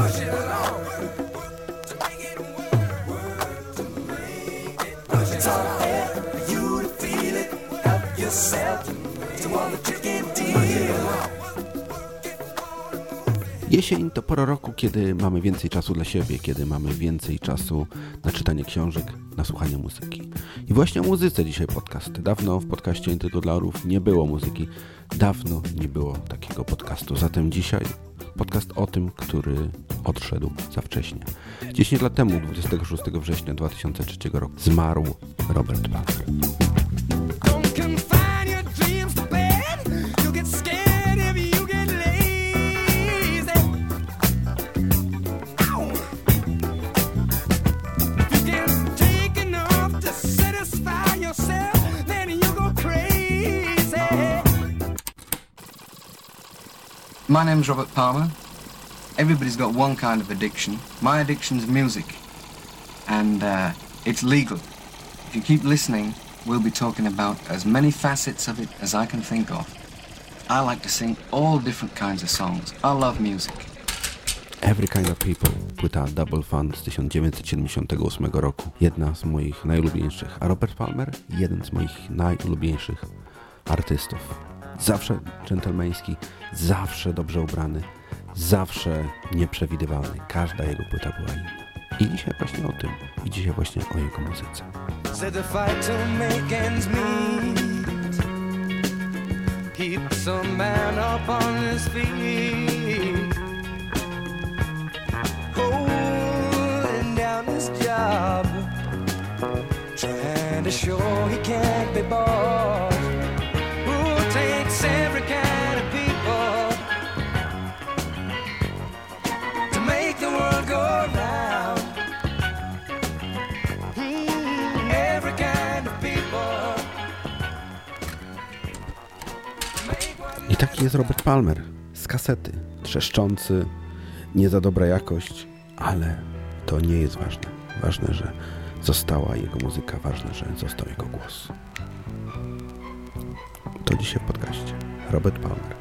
Jesień to pora roku, kiedy mamy więcej czasu dla siebie, kiedy mamy więcej czasu na czytanie książek, na słuchanie muzyki. I właśnie o muzyce dzisiaj podcast. Dawno w podcaście Nie Tylko dla Orłów nie było muzyki. Dawno nie było takiego podcastu. Zatem dzisiaj podcast o tym, który odszedł za wcześnie. 10 lat temu, 26 września 2003 roku, zmarł Robert Palmer. My name's Robert Palmer. Everybody's got one kind of addiction. My addiction's music. And it's legal. If you keep listening, we'll be talking about as many facets of it as I can think of. I like to sing all different kinds of songs. I love music. Every Kind of People, płyta Double Fun z 1978 roku. Jedna z moich najulubieńszych. A Robert Palmer? Jeden z moich najulubieńszych artystów. Zawsze dżentelmeński, zawsze dobrze ubrany, zawsze nieprzewidywalny. Każda jego płyta była inna. I dzisiaj właśnie o tym. I dzisiaj właśnie o jego muzyce. Keeps a man up on his feet, holding down his job, trying to show he can't be bought. Who takes every kind of people to make the world go round? Every kind of people. I taki jest Robert Palmer, z kasety, trzeszczący, nie za dobra jakość, ale to nie jest ważne. Ważne, że została jego muzyka, ważne, że został jego głos. To dzisiaj w podcaście Robert Palmer.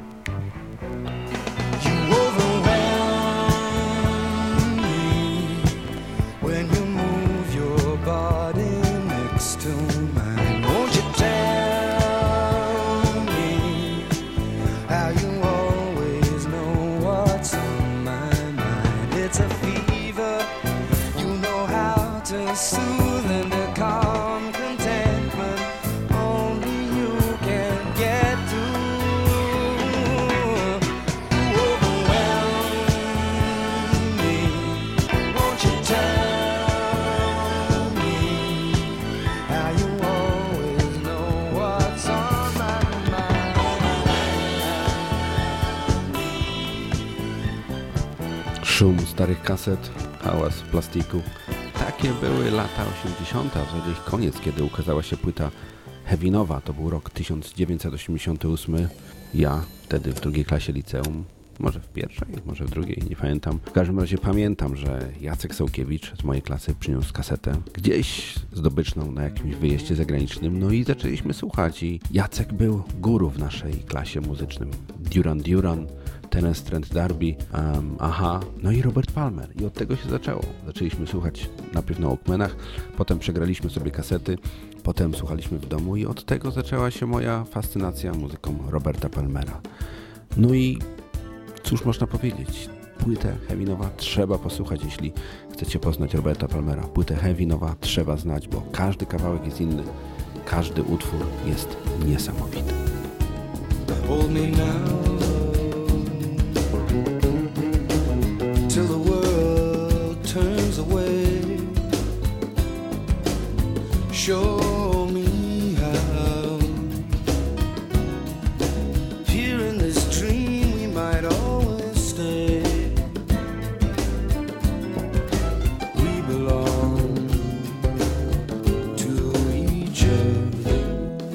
Szum starych kaset, hałas plastiku. Takie były lata 80., a w zasadzie ich koniec, kiedy ukazała się płyta Heavinowa. To był rok 1988. Ja wtedy w drugiej klasie liceum, może w pierwszej, może w drugiej, nie pamiętam. W każdym razie pamiętam, że Jacek Sołkiewicz z mojej klasy przyniósł kasetę gdzieś zdobyczną na jakimś wyjeździe zagranicznym. No i zaczęliśmy słuchać i Jacek był guru w naszej klasie muzycznym. Duran Duran, Terence Trent D'Arby, Aha, no i Robert Palmer. I od tego się zaczęło. Zaczęliśmy słuchać najpierw na Walkmanach, potem przegraliśmy sobie kasety, potem słuchaliśmy w domu i od tego zaczęła się moja fascynacja muzyką Roberta Palmera. No i cóż można powiedzieć? Płytę Heavinowa trzeba posłuchać, jeśli chcecie poznać Roberta Palmera. Płytę Heavinowa trzeba znać, bo każdy kawałek jest inny. Każdy utwór jest niesamowity. Hold me now till the world turns away. Show me how. Here in this dream we might always stay. We belong to each other.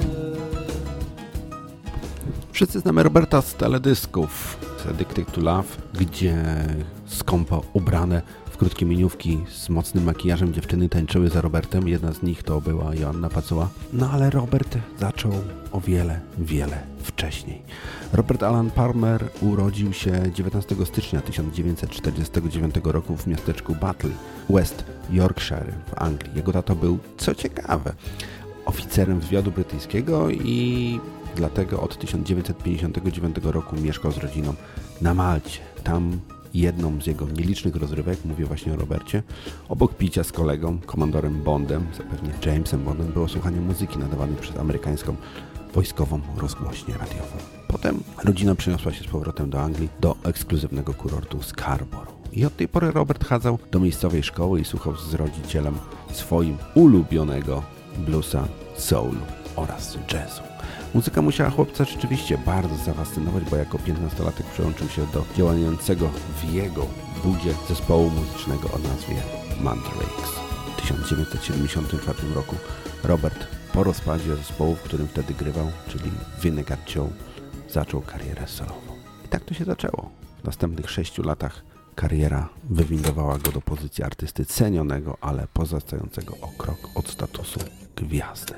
Wszyscy znamy Roberta z teledysków, z Addicted to Love, gdzie skąpo ubrane w Krótkie miniówki z mocnym makijażem dziewczyny tańczyły za Robertem. Jedna z nich to była Joanna Pacuła. No ale Robert zaczął o wiele wcześniej. Robert Alan Palmer urodził się 19 stycznia 1949 roku w miasteczku Batley, West Yorkshire w Anglii. Jego tato był, co ciekawe, oficerem wywiadu brytyjskiego i dlatego od 1959 roku mieszkał z rodziną na Malcie. Tam jedną z jego nielicznych rozrywek, mówię właśnie o Robercie, obok picia z kolegą, komandorem Bondem, zapewne Jamesem Bondem, było słuchanie muzyki nadawanej przez amerykańską wojskową rozgłośnię radiową. Potem rodzina przeniosła się z powrotem do Anglii, do ekskluzywnego kurortu Scarborough. I od tej pory Robert chadzał do miejscowej szkoły i słuchał z rodzicielem swoim ulubionego bluesa, soulu oraz jazzu. Muzyka musiała chłopca rzeczywiście bardzo zafascynować, bo jako 15-latek przyłączył się do działającego w jego budzie zespołu muzycznego o nazwie Mandrakes. W 1974 roku Robert po rozpadzie zespołu, w którym wtedy grywał, czyli Vinegar Joe, zaczął karierę solową. I tak to się zaczęło. W następnych 6 latach kariera wywindowała go do pozycji artysty cenionego, ale pozostającego o krok od statusu gwiazdy.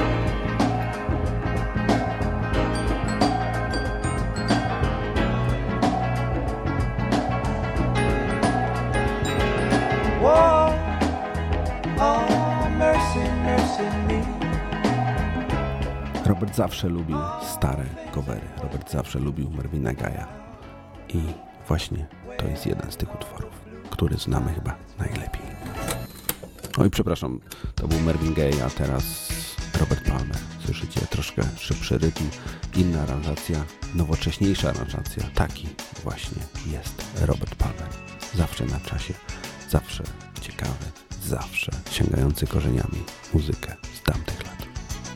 Whoa, oh, mercy, mercy me. Robert zawsze lubił stare covery. Robert zawsze lubił Marvina Gaye'a. I właśnie to jest jeden z tych utworów, który znamy chyba najlepiej. Oj, przepraszam, to był Marvin Gaye, a teraz Robert Palmer. Słyszycie? Troszkę szybszy rytm, inna aranżacja, nowocześniejsza aranżacja. Taki właśnie jest Robert Palmer. Zawsze na czasie, zawsze ciekawy, zawsze sięgający korzeniami muzykę z tamtych lat.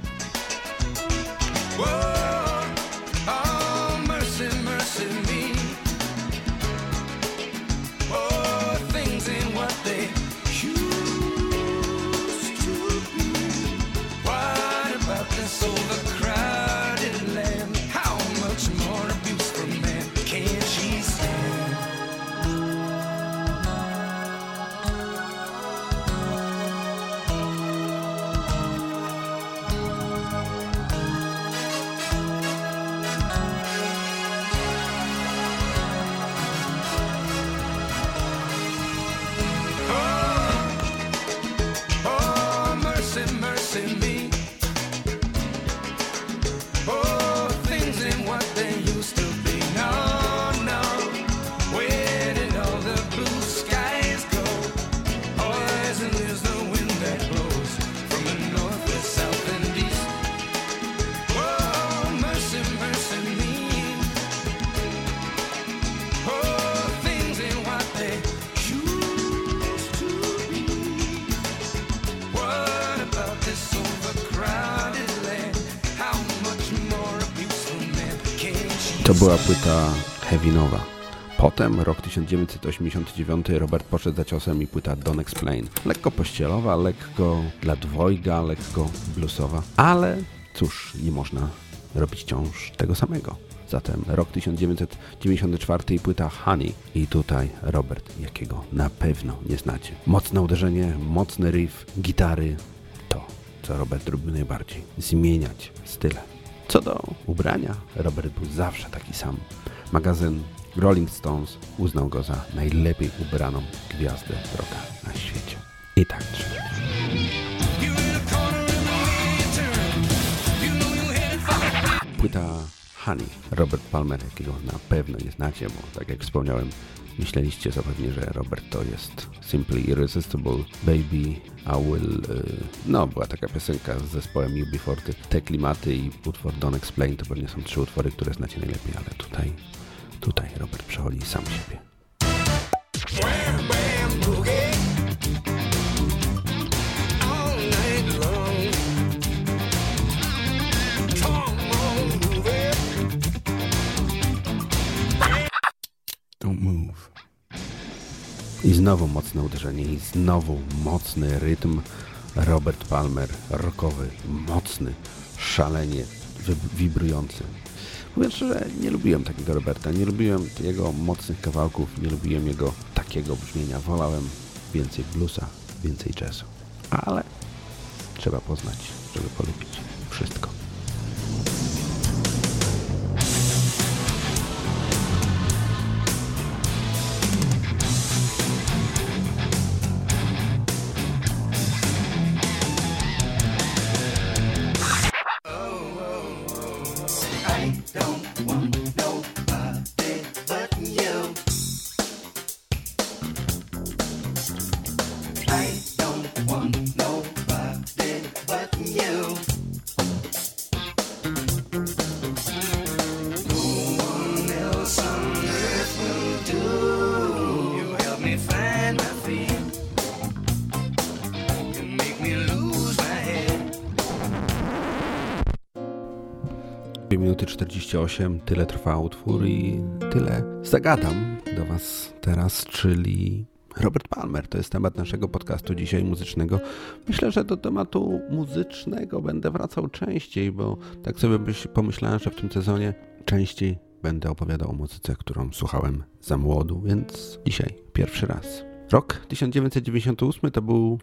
To była płyta heavy-nowa. Potem, rok 1989, Robert poszedł za ciosem i płyta Don't Explain. Lekko pościelowa, lekko dla dwojga, lekko bluesowa. Ale cóż, nie można robić wciąż tego samego. Zatem rok 1994 i płyta Honey. I tutaj Robert, jakiego na pewno nie znacie. Mocne uderzenie, mocny riff, gitary. To, co Robert lubił najbardziej. Zmieniać style. Co do ubrania, Robert był zawsze taki sam. Magazyn Rolling Stones uznał go za najlepiej ubraną gwiazdę rocka na świecie. I tak trzeba. Płyta Honey. Robert Palmer, jakiego na pewno nie znacie, bo tak jak wspomniałem, myśleliście zapewne, że Robert to jest Simply Irresistible, Baby, I Will... No, była taka piosenka z zespołem UB40. Te klimaty i utwór Don't Explain to pewnie są 3 utwory, które znacie najlepiej, ale tutaj Robert przechodzi sam siebie. Don't move. I znowu mocne uderzenie, i znowu mocny rytm. Robert Palmer, rockowy, mocny, szalenie wibrujący. Mówiąc szczerze, nie lubiłem takiego Roberta, nie lubiłem jego mocnych kawałków, nie lubiłem jego takiego brzmienia. Wolałem więcej bluesa, więcej jazzu. Ale trzeba poznać, żeby polubić wszystko. Minuty 48, tyle trwa utwór i tyle zagadam do Was teraz, czyli Robert Palmer. To jest temat naszego podcastu dzisiaj muzycznego. Myślę, że do tematu muzycznego będę wracał częściej, bo tak sobie pomyślałem, że w tym sezonie częściej będę opowiadał o muzyce, którą słuchałem za młodu, więc dzisiaj pierwszy raz. Rok 1998 to był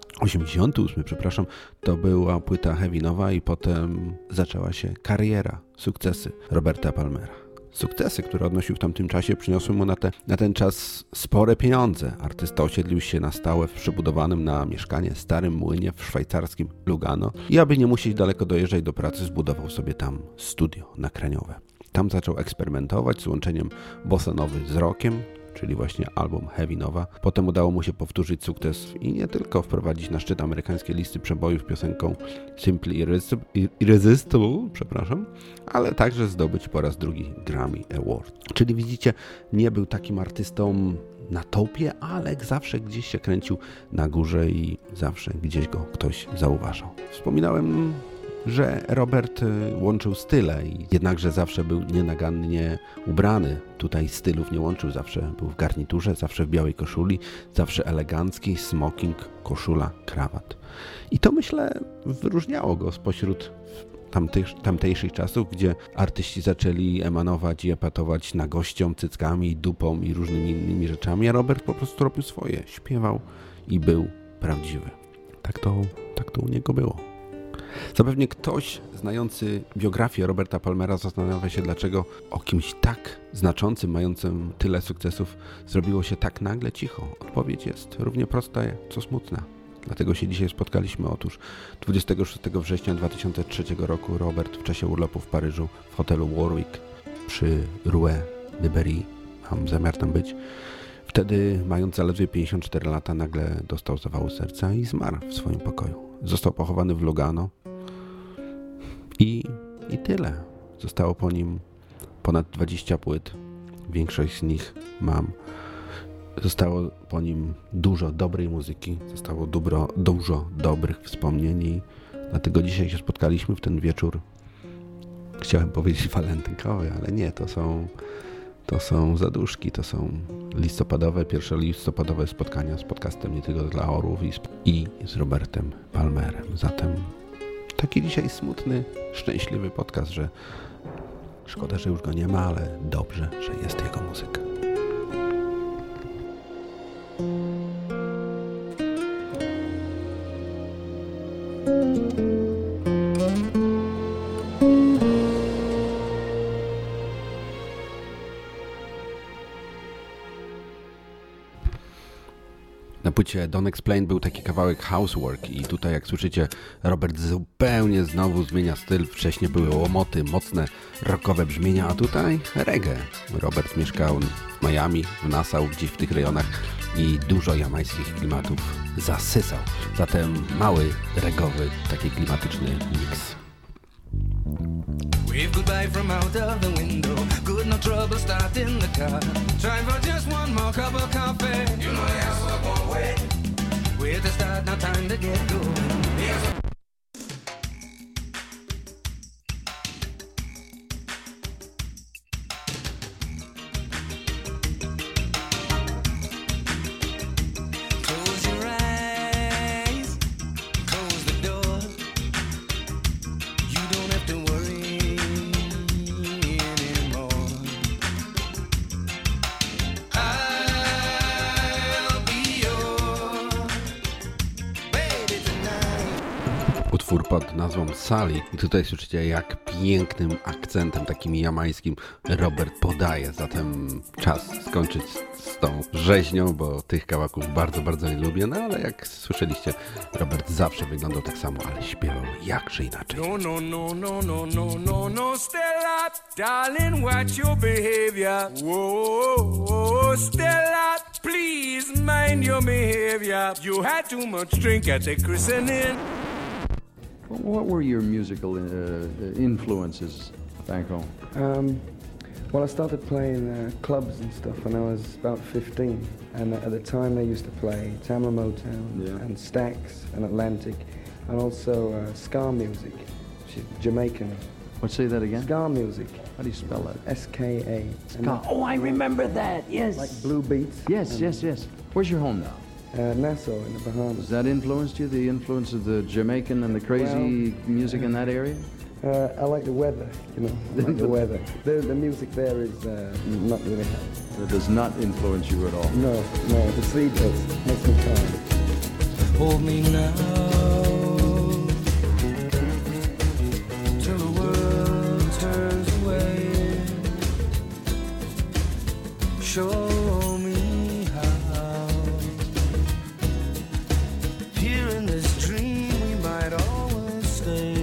88, przepraszam, to była płyta Heavinowa i potem zaczęła się kariera, sukcesy Roberta Palmera. Sukcesy, które odnosił w tamtym czasie, przyniosły mu na ten czas spore pieniądze. Artysta osiedlił się na stałe w przebudowanym na mieszkanie starym młynie w szwajcarskim Lugano i aby nie musieć daleko dojeżdżać do pracy, zbudował sobie tam studio nagraniowe. Tam zaczął eksperymentować z łączeniem bossanowy z rockiem, czyli właśnie album Heavinowa. Potem udało mu się powtórzyć sukces i nie tylko wprowadzić na szczyt amerykańskiej listy przebojów piosenką Simply Irresistible, ale także zdobyć po raz drugi Grammy Award. Czyli widzicie, nie był takim artystą na topie, ale zawsze gdzieś się kręcił na górze i zawsze gdzieś go ktoś zauważał. Wspominałem, że Robert łączył style i jednakże zawsze był nienagannie ubrany. Tutaj stylów nie łączył, zawsze był w garniturze, zawsze w białej koszuli, zawsze elegancki, smoking, koszula, krawat. I to, myślę, wyróżniało go spośród tamtejszych czasów, gdzie artyści zaczęli emanować i epatować nagością, cyckami, dupą i różnymi innymi rzeczami, a Robert po prostu robił swoje, śpiewał i był prawdziwy. Tak to u niego było. Zapewne ktoś znający biografię Roberta Palmera zastanawia się, dlaczego o kimś tak znaczącym, mającym tyle sukcesów, zrobiło się tak nagle cicho. Odpowiedź jest równie prosta, co smutna. Dlatego się dzisiaj spotkaliśmy. Otóż 26 września 2003 roku Robert w czasie urlopu w Paryżu w hotelu Warwick przy Rue de Berry, mam zamiar tam być, wtedy, mając zaledwie 54 lata, nagle dostał zawału serca i zmarł w swoim pokoju. Został pochowany w Lugano i tyle. Zostało po nim ponad 20 płyt. Większość z nich mam. Zostało po nim dużo dobrej muzyki. Zostało dużo dobrych wspomnień i dlatego dzisiaj się spotkaliśmy w ten wieczór. Chciałem powiedzieć walentynkowy, ale nie, to są zaduszki, to są pierwsze listopadowe spotkania z podcastem Nie Tylko dla Orłów i z Robertem Palmerem. Zatem taki dzisiaj smutny, szczęśliwy podcast, że szkoda, że już go nie ma, ale dobrze, że jest jego muzyka. Na płycie Don't Explain był taki kawałek Housework i tutaj, jak słyszycie, Robert zupełnie znowu zmienia styl. Wcześniej były łomoty, mocne rockowe brzmienia, a tutaj reggae. Robert mieszkał w Miami, w Nassau, gdzieś w tych rejonach i dużo jamańskich klimatów zasysał. Zatem mały, reggae'owy, taki klimatyczny miks. Wave goodbye from out of the window. Good, no trouble starting the car. Try for just one more cup of coffee. You know the house won't wait. We're to start, now time to get going. utwór pod nazwą Sally. I tutaj słyszycie, jak pięknym akcentem takim jamańskim Robert podaje. Zatem czas skończyć z tą rzeźnią, bo tych kawałków bardzo, bardzo nie lubię. No ale jak słyszeliście, Robert zawsze wyglądał tak samo, ale śpiewał jakże inaczej. No, Stella, darling, watch your behavior. Whoa, Stella, please mind your behavior. You had too much drink at the christening. What were your musical influences back home? Well, I started playing clubs and stuff when I was about 15, and at the time they used to play Tamla Motown and Stax and Atlantic, and also ska music, which is Jamaican. What, say that again? Ska music. How do you spell that? S-K-A. Ska. Oh, I remember that, yes. Like blue beats. Yes. Where's your home now? Nassau in the Bahamas. Has that influenced you, the influence of the Jamaican and the crazy music in that area? I like the weather, I like the weather. The music there is not really hard. That does not influence you at all? No, the sea does. Makes me calm. Hold me now till the world turns away. Show me how. Here in this dream we might always stay.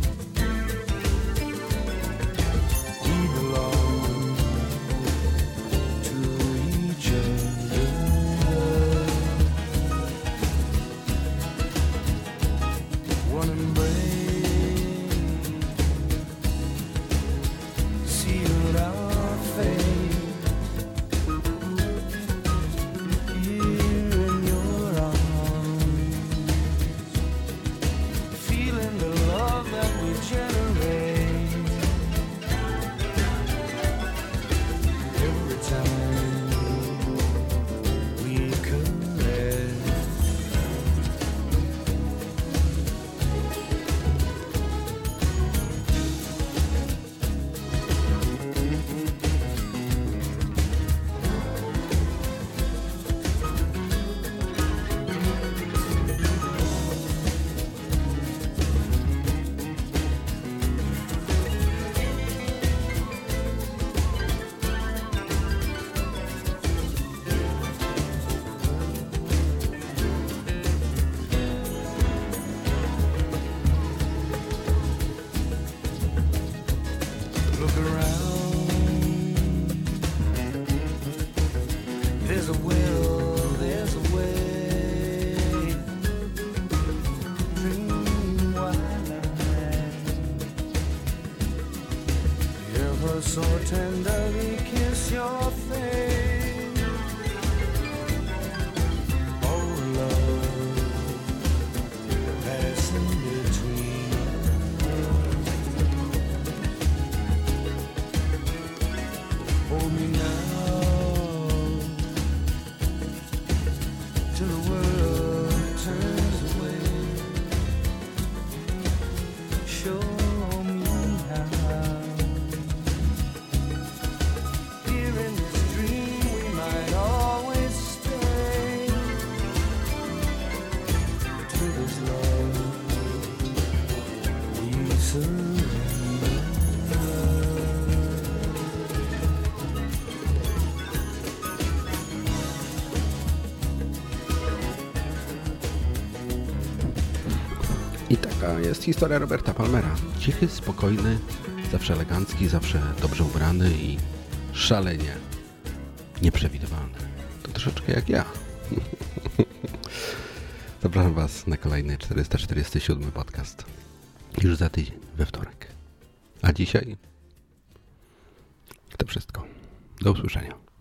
So tenderly kiss your face. Oh, love, that's in between. Hold me now till the world turns away. Show me how. I taka jest historia Roberta Palmera. Cichy, spokojny, zawsze elegancki, zawsze dobrze ubrany i szalenie nieprzewidywalny. To troszeczkę jak ja. Zapraszam Was na kolejny 447 podcast. Już za tydzień, we wtorek. A dzisiaj to wszystko. Do usłyszenia.